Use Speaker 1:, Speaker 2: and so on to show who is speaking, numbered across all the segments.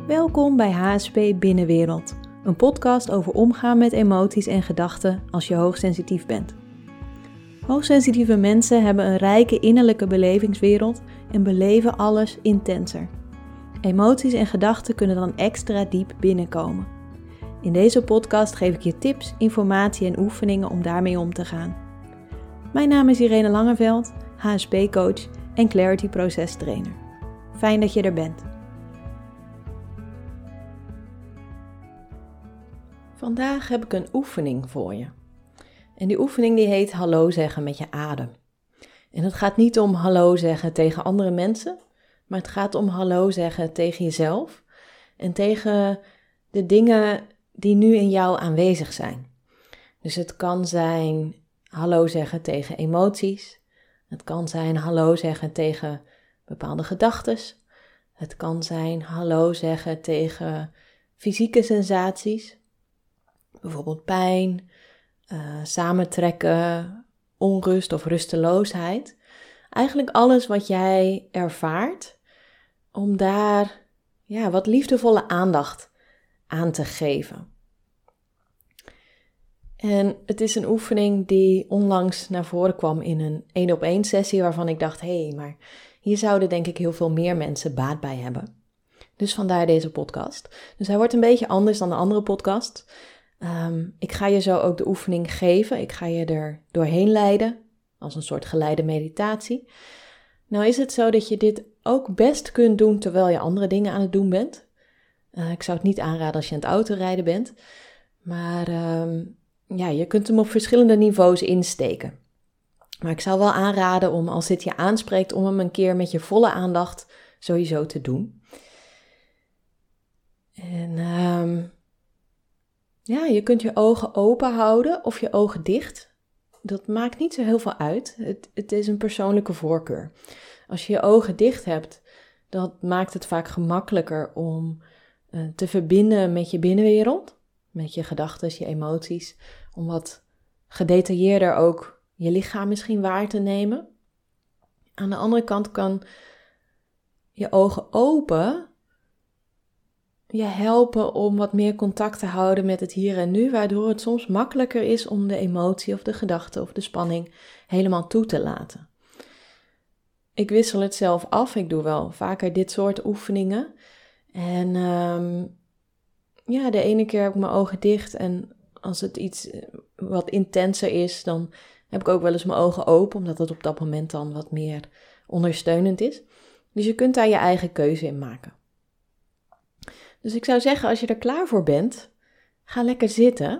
Speaker 1: Welkom bij HSP Binnenwereld, een podcast over omgaan met emoties en gedachten als je hoogsensitief bent. Hoogsensitieve mensen hebben een rijke innerlijke belevingswereld en beleven alles intenser. Emoties en gedachten kunnen dan extra diep binnenkomen. In deze podcast geef ik je tips, informatie en oefeningen om daarmee om te gaan. Mijn naam is Irene Langeveld, HSP-coach en Clarity Proces Trainer. Fijn dat je er bent. Vandaag heb ik een oefening voor je. En die oefening die heet hallo zeggen met je adem. En het gaat niet om hallo zeggen tegen andere mensen, maar het gaat om hallo zeggen tegen jezelf en tegen de dingen die nu in jou aanwezig zijn. Dus het kan zijn hallo zeggen tegen emoties. Het kan zijn hallo zeggen tegen bepaalde gedachten. Het kan zijn hallo zeggen tegen fysieke sensaties. Bijvoorbeeld pijn, samentrekken, onrust of rusteloosheid. Eigenlijk alles wat jij ervaart, om daar wat liefdevolle aandacht aan te geven. En het is een oefening die onlangs naar voren kwam in een 1-op-1 sessie waarvan ik dacht, maar hier zouden denk ik heel veel meer mensen baat bij hebben. Dus vandaar deze podcast. Dus hij wordt een beetje anders dan de andere podcast. Ik ga je zo ook de oefening geven. Ik ga je er doorheen leiden, als een soort geleide meditatie. Nou is het zo dat je dit ook best kunt doen terwijl je andere dingen aan het doen bent. Ik zou het niet aanraden als je aan het autorijden bent. Maar je kunt hem op verschillende niveaus insteken. Maar ik zou wel aanraden om, als dit je aanspreekt, om hem een keer met je volle aandacht sowieso te doen. En je kunt je ogen open houden of je ogen dicht. Dat maakt niet zo heel veel uit. Het is een persoonlijke voorkeur. Als je je ogen dicht hebt, dat maakt het vaak gemakkelijker om te verbinden met je binnenwereld. Met je gedachten, je emoties. Om wat gedetailleerder ook je lichaam misschien waar te nemen. Aan de andere kant kan je ogen open je helpen om wat meer contact te houden met het hier en nu, waardoor het soms makkelijker is om de emotie of de gedachte of de spanning helemaal toe te laten. Ik wissel het zelf af, ik doe wel vaker dit soort oefeningen. En de ene keer heb ik mijn ogen dicht en als het iets wat intenser is, dan heb ik ook wel eens mijn ogen open, omdat het op dat moment dan wat meer ondersteunend is. Dus je kunt daar je eigen keuze in maken. Dus ik zou zeggen, als je er klaar voor bent, ga lekker zitten.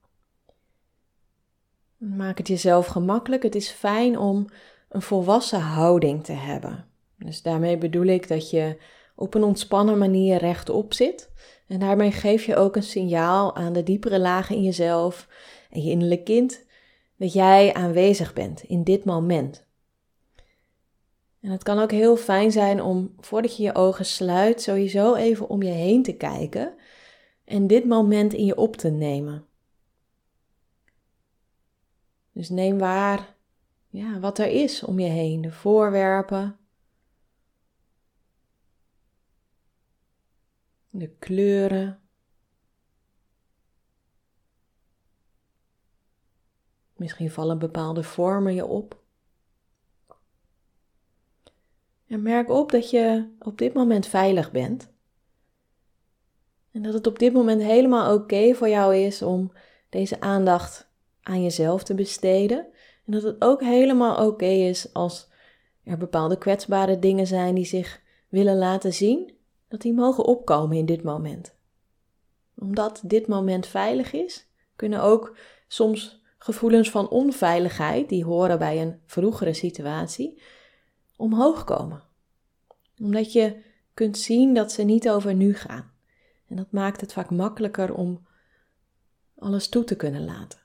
Speaker 1: Maak het jezelf gemakkelijk. Het is fijn om een volwassen houding te hebben. Dus daarmee bedoel ik dat je op een ontspannen manier rechtop zit. En daarmee geef je ook een signaal aan de diepere lagen in jezelf en je innerlijk kind dat jij aanwezig bent in dit moment. En het kan ook heel fijn zijn om, voordat je je ogen sluit, sowieso even om je heen te kijken en dit moment in je op te nemen. Dus neem waar wat er is om je heen, de voorwerpen, de kleuren, misschien vallen bepaalde vormen je op. En merk op dat je op dit moment veilig bent. En dat het op dit moment helemaal oké voor jou is om deze aandacht aan jezelf te besteden. En dat het ook helemaal oké is als er bepaalde kwetsbare dingen zijn die zich willen laten zien, dat die mogen opkomen in dit moment. Omdat dit moment veilig is, kunnen ook soms gevoelens van onveiligheid, die horen bij een vroegere situatie, omhoog komen. Omdat je kunt zien dat ze niet over nu gaan. En dat maakt het vaak makkelijker om alles toe te kunnen laten.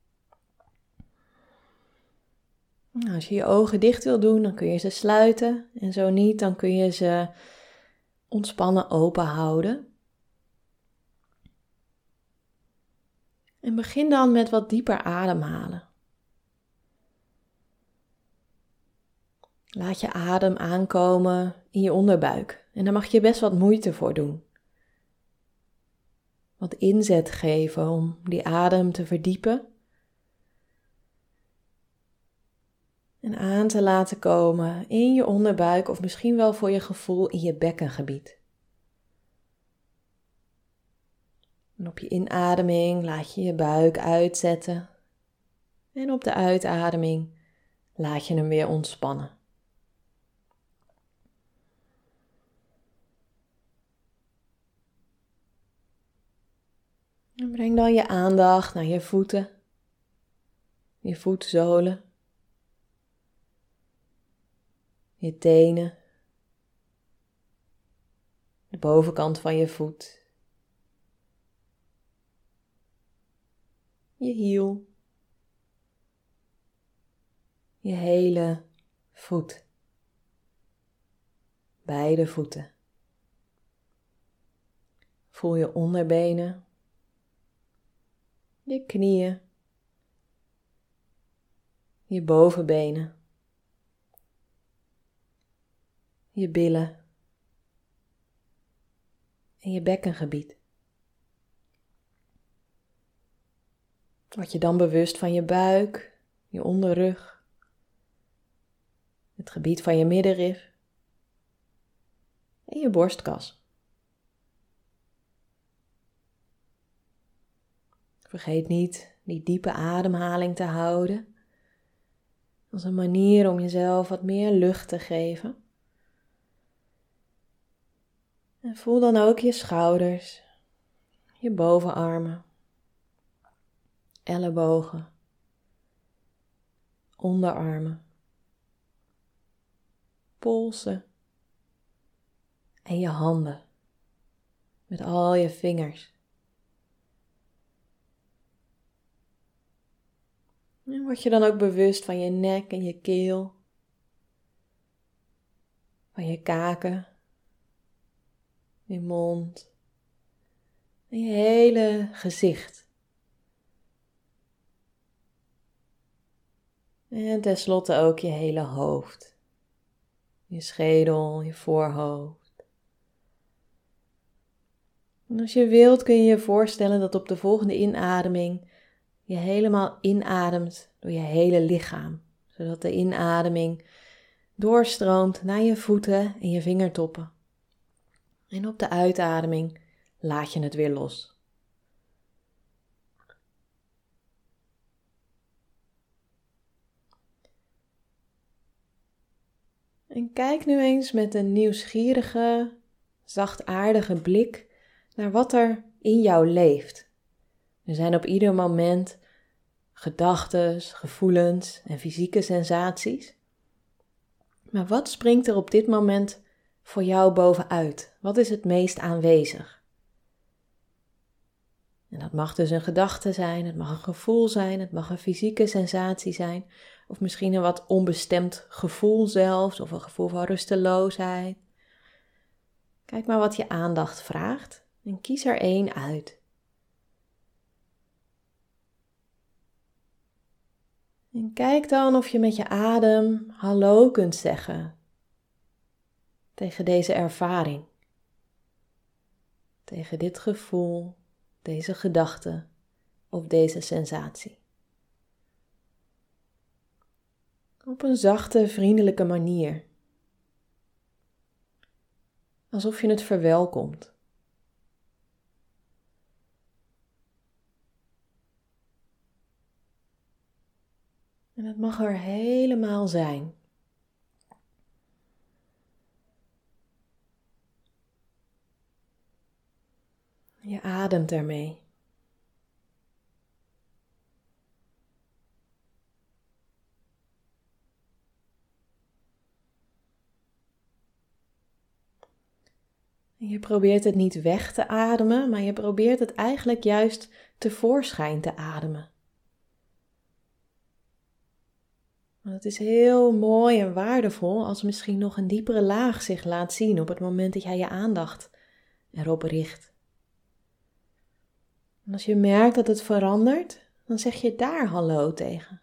Speaker 1: Nou, als je je ogen dicht wil doen, dan kun je ze sluiten. En zo niet, dan kun je ze ontspannen open houden. En begin dan met wat dieper ademhalen. Laat je adem aankomen in je onderbuik. En daar mag je best wat moeite voor doen. wat inzet geven om die adem te verdiepen. En aan te laten komen in je onderbuik of misschien wel voor je gevoel in je bekkengebied. En op je inademing laat je je buik uitzetten. En op de uitademing laat je hem weer ontspannen. En breng dan je aandacht naar je voeten, je voetzolen, je tenen, de bovenkant van je voet, je hiel, je hele voet, beide voeten. Voel je onderbenen, je knieën, je bovenbenen, je billen en je bekkengebied. Word je dan bewust van je buik, je onderrug, het gebied van je middenrif en je borstkas. Vergeet niet die diepe ademhaling te houden, als een manier om jezelf wat meer lucht te geven. En voel dan ook je schouders, je bovenarmen, ellebogen, onderarmen, polsen en je handen met al je vingers. En word je dan ook bewust van je nek en je keel, van je kaken, je mond en je hele gezicht. En tenslotte ook je hele hoofd, je schedel, je voorhoofd. En als je wilt kun je je voorstellen dat op de volgende inademing je helemaal inademt door je hele lichaam, zodat de inademing doorstroomt naar je voeten en je vingertoppen. En op de uitademing laat je het weer los. En kijk nu eens met een nieuwsgierige, zachtaardige blik naar wat er in jou leeft. Er zijn op ieder moment gedachten, gevoelens en fysieke sensaties. Maar wat springt er op dit moment voor jou bovenuit? Wat is het meest aanwezig? En dat mag dus een gedachte zijn, het mag een gevoel zijn, het mag een fysieke sensatie zijn, of misschien een wat onbestemd gevoel zelfs, of een gevoel van rusteloosheid. Kijk maar wat je aandacht vraagt en kies er één uit. En kijk dan of je met je adem hallo kunt zeggen tegen deze ervaring, tegen dit gevoel, deze gedachte of deze sensatie. Op een zachte, vriendelijke manier. Alsof je het verwelkomt. En het mag er helemaal zijn. Je ademt ermee. En je probeert het niet weg te ademen, maar je probeert het eigenlijk juist tevoorschijn te ademen. Want het is heel mooi en waardevol als misschien nog een diepere laag zich laat zien op het moment dat jij je aandacht erop richt. En als je merkt dat het verandert, dan zeg je daar hallo tegen.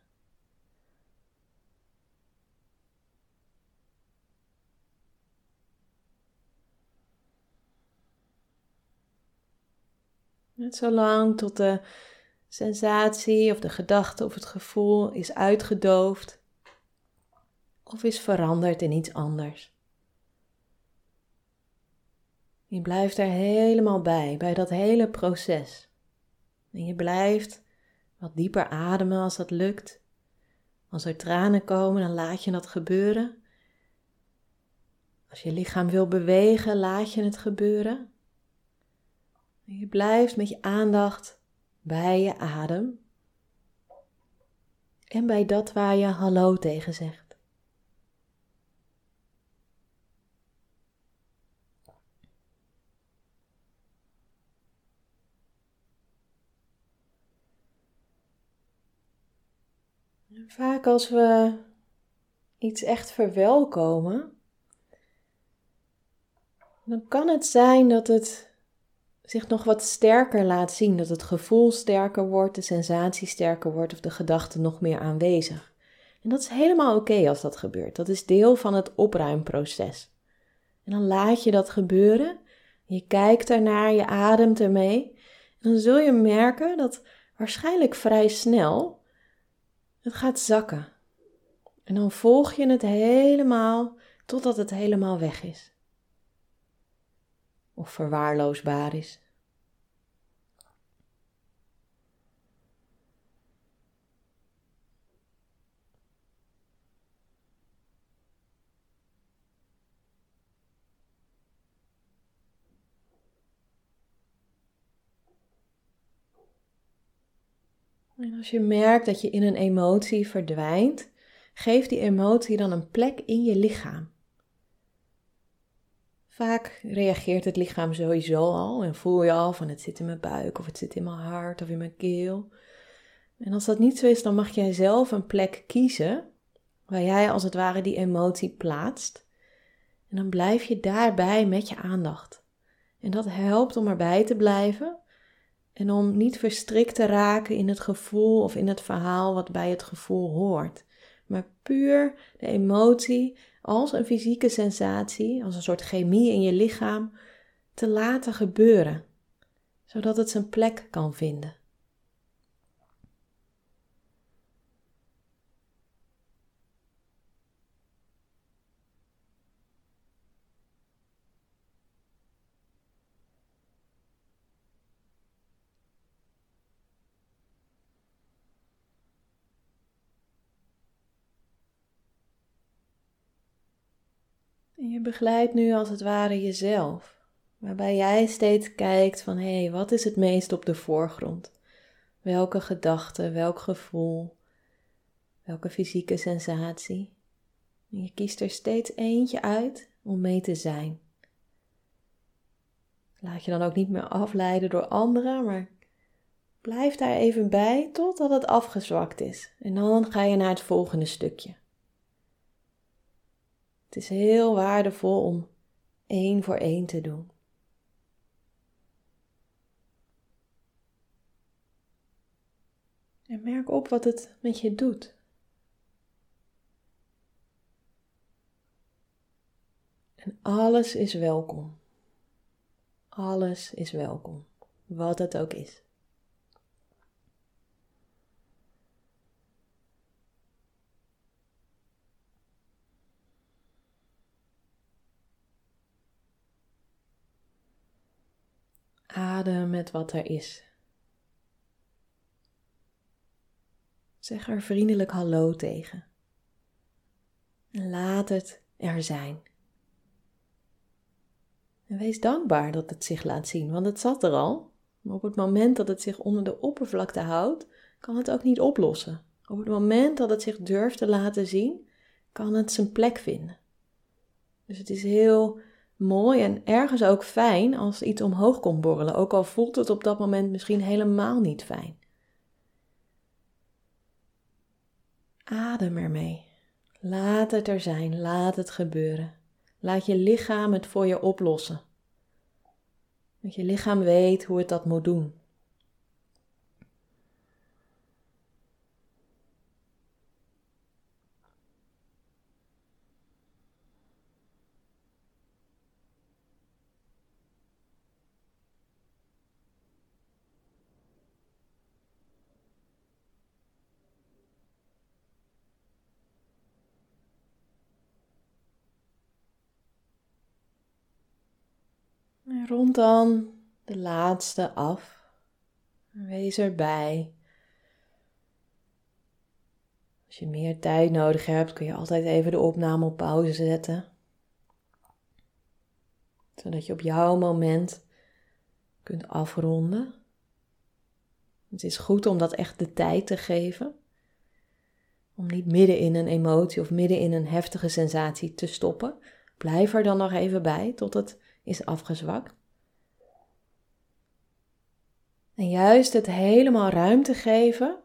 Speaker 1: Net zolang tot de sensatie of de gedachte of het gevoel is uitgedoofd of is veranderd in iets anders. Je blijft er helemaal bij dat hele proces. En je blijft wat dieper ademen als dat lukt. Als er tranen komen, dan laat je dat gebeuren. Als je lichaam wil bewegen, laat je het gebeuren. En je blijft met je aandacht bij je adem. En bij dat waar je hallo tegen zegt. Vaak als we iets echt verwelkomen, dan kan het zijn dat het zich nog wat sterker laat zien. Dat het gevoel sterker wordt, de sensatie sterker wordt of de gedachte nog meer aanwezig. En dat is helemaal oké als dat gebeurt. Dat is deel van het opruimproces. En dan laat je dat gebeuren. Je kijkt ernaar, je ademt ermee. En dan zul je merken dat waarschijnlijk vrij snel het gaat zakken. En dan volg je het helemaal totdat het helemaal weg is. Of verwaarloosbaar is. En als je merkt dat je in een emotie verdwijnt, geef die emotie dan een plek in je lichaam. Vaak reageert het lichaam sowieso al en voel je al van het zit in mijn buik of het zit in mijn hart of in mijn keel. En als dat niet zo is, dan mag jij zelf een plek kiezen waar jij als het ware die emotie plaatst. En dan blijf je daarbij met je aandacht. En dat helpt om erbij te blijven en om niet verstrikt te raken in het gevoel of in het verhaal wat bij het gevoel hoort. Maar puur de emotie als een fysieke sensatie, als een soort chemie in je lichaam, te laten gebeuren, zodat het zijn plek kan vinden. En je begeleidt nu als het ware jezelf, waarbij jij steeds kijkt van hé, wat is het meest op de voorgrond? Welke gedachte, welk gevoel, welke fysieke sensatie? En je kiest er steeds eentje uit om mee te zijn. Laat je dan ook niet meer afleiden door anderen, maar blijf daar even bij totdat het afgezwakt is. En dan ga je naar het volgende stukje. Het is heel waardevol om 1 voor 1 te doen. En merk op wat het met je doet. En alles is welkom. Alles is welkom, wat het ook is. Adem met wat er is. Zeg er vriendelijk hallo tegen. En laat het er zijn. En wees dankbaar dat het zich laat zien, want het zat er al. Maar op het moment dat het zich onder de oppervlakte houdt, kan het ook niet oplossen. Op het moment dat het zich durft te laten zien, kan het zijn plek vinden. Dus het is heel mooi en ergens ook fijn als iets omhoog komt borrelen, ook al voelt het op dat moment misschien helemaal niet fijn. Adem ermee. Laat het er zijn, laat het gebeuren. Laat je lichaam het voor je oplossen. Want je lichaam weet hoe het dat moet doen. Rond dan de laatste af. Wees erbij. Als je meer tijd nodig hebt, kun je altijd even de opname op pauze zetten. Zodat je op jouw moment kunt afronden. Het is goed om dat echt de tijd te geven. Om niet midden in een emotie of midden in een heftige sensatie te stoppen. Blijf er dan nog even bij tot het is afgezwakt. En juist het helemaal ruimte geven,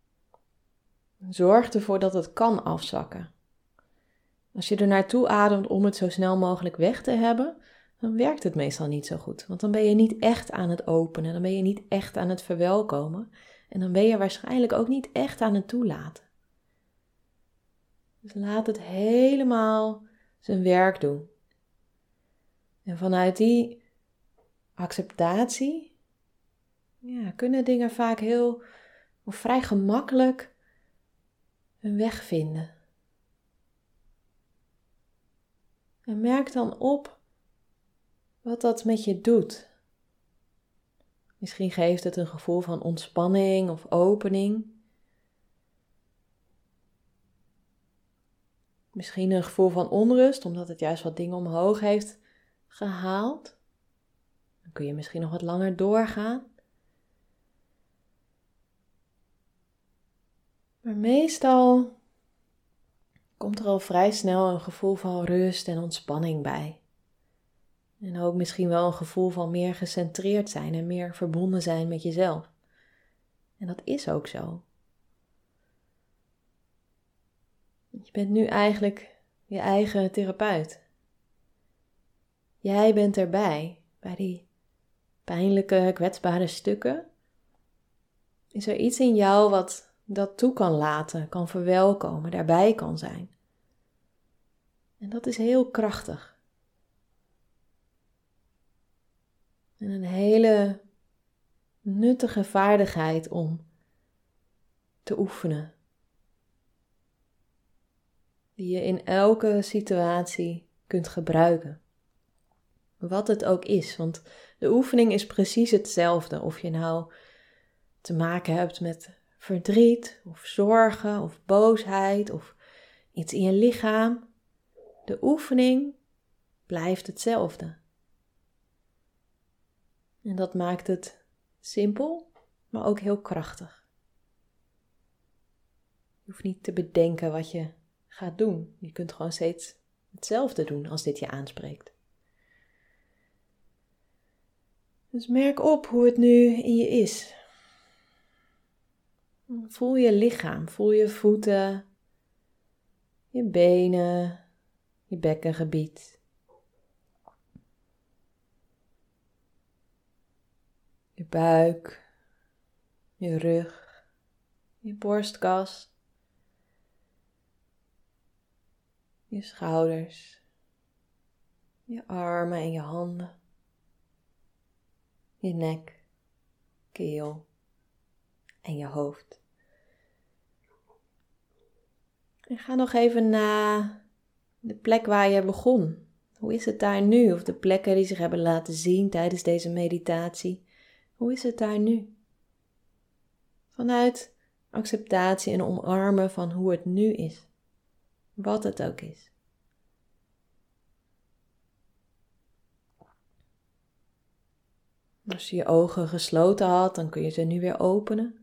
Speaker 1: zorgt ervoor dat het kan afzakken. Als je er naartoe ademt om het zo snel mogelijk weg te hebben, dan werkt het meestal niet zo goed. Want dan ben je niet echt aan het openen, dan ben je niet echt aan het verwelkomen. En dan ben je waarschijnlijk ook niet echt aan het toelaten. Dus laat het helemaal zijn werk doen. En vanuit die acceptatie kunnen dingen vaak heel of vrij gemakkelijk hun weg vinden. En merk dan op wat dat met je doet. Misschien geeft het een gevoel van ontspanning of opening. Misschien een gevoel van onrust, omdat het juist wat dingen omhoog heeft gehaald. Dan kun je misschien nog wat langer doorgaan. Maar meestal komt er al vrij snel een gevoel van rust en ontspanning bij. En ook misschien wel een gevoel van meer gecentreerd zijn en meer verbonden zijn met jezelf. En dat is ook zo. Je bent nu eigenlijk je eigen therapeut. Jij bent erbij, bij die pijnlijke, kwetsbare stukken. Is er iets in jou wat dat toe kan laten, kan verwelkomen, daarbij kan zijn. En dat is heel krachtig. En een hele nuttige vaardigheid om te oefenen. Die je in elke situatie kunt gebruiken. Wat het ook is, want de oefening is precies hetzelfde. Of je nou te maken hebt met verdriet of zorgen of boosheid of iets in je lichaam. De oefening blijft hetzelfde. En dat maakt het simpel, maar ook heel krachtig. Je hoeft niet te bedenken wat je gaat doen. Je kunt gewoon steeds hetzelfde doen als dit je aanspreekt. Dus merk op hoe het nu in je is. Voel je lichaam, voel je voeten, je benen, je bekkengebied. Je buik, je rug, je borstkas, je schouders, je armen en je handen, je nek, keel en je hoofd. En ga nog even naar de plek waar je begon. Hoe is het daar nu? Of de plekken die zich hebben laten zien tijdens deze meditatie. Hoe is het daar nu? Vanuit acceptatie en omarmen van hoe het nu is. Wat het ook is. Als je je ogen gesloten had, dan kun je ze nu weer openen.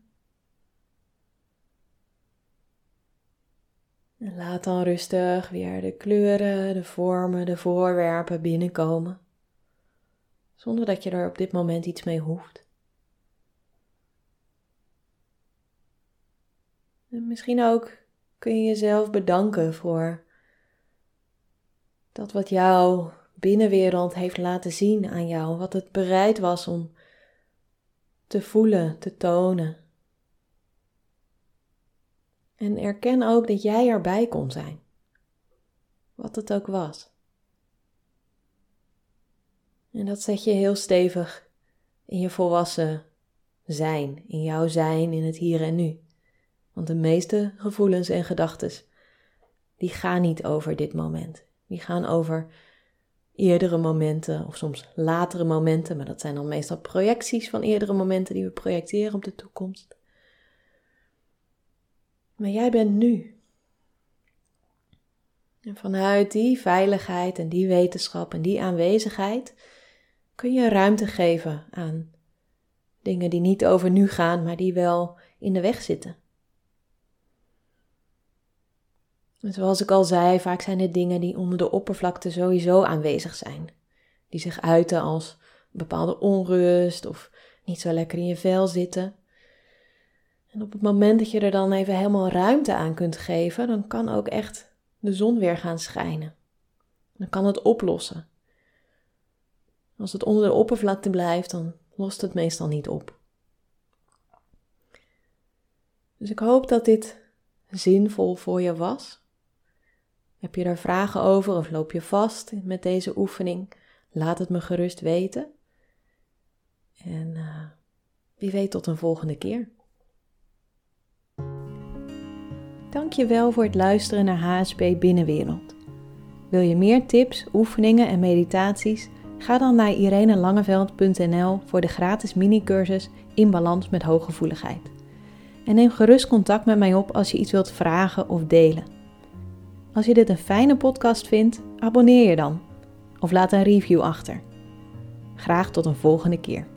Speaker 1: En laat dan rustig weer de kleuren, de vormen, de voorwerpen binnenkomen. Zonder dat je er op dit moment iets mee hoeft. En misschien ook kun je jezelf bedanken voor dat wat jouw binnenwereld heeft laten zien aan jou. Wat het bereid was om te voelen, te tonen. En erken ook dat jij erbij kon zijn. Wat het ook was. En dat zet je heel stevig in je volwassen zijn. In jouw zijn, in het hier en nu. Want de meeste gevoelens en gedachten, die gaan niet over dit moment. Die gaan over eerdere momenten of soms latere momenten, maar dat zijn dan meestal projecties van eerdere momenten die we projecteren op de toekomst. Maar jij bent nu. En vanuit die veiligheid en die wetenschap en die aanwezigheid kun je ruimte geven aan dingen die niet over nu gaan, maar die wel in de weg zitten. En zoals ik al zei, vaak zijn het dingen die onder de oppervlakte sowieso aanwezig zijn. Die zich uiten als bepaalde onrust of niet zo lekker in je vel zitten. En op het moment dat je er dan even helemaal ruimte aan kunt geven, dan kan ook echt de zon weer gaan schijnen. Dan kan het oplossen. Als het onder de oppervlakte blijft, dan lost het meestal niet op. Dus ik hoop dat dit zinvol voor je was. Heb je daar vragen over of loop je vast met deze oefening? Laat het me gerust weten. En wie weet tot een volgende keer. Dankjewel voor het luisteren naar HSP Binnenwereld. Wil je meer tips, oefeningen en meditaties? Ga dan naar irenelangeveld.nl voor de gratis mini-cursus In Balans met Hooggevoeligheid. En neem gerust contact met mij op als je iets wilt vragen of delen. Als je dit een fijne podcast vindt, abonneer je dan. Of laat een review achter. Graag tot een volgende keer.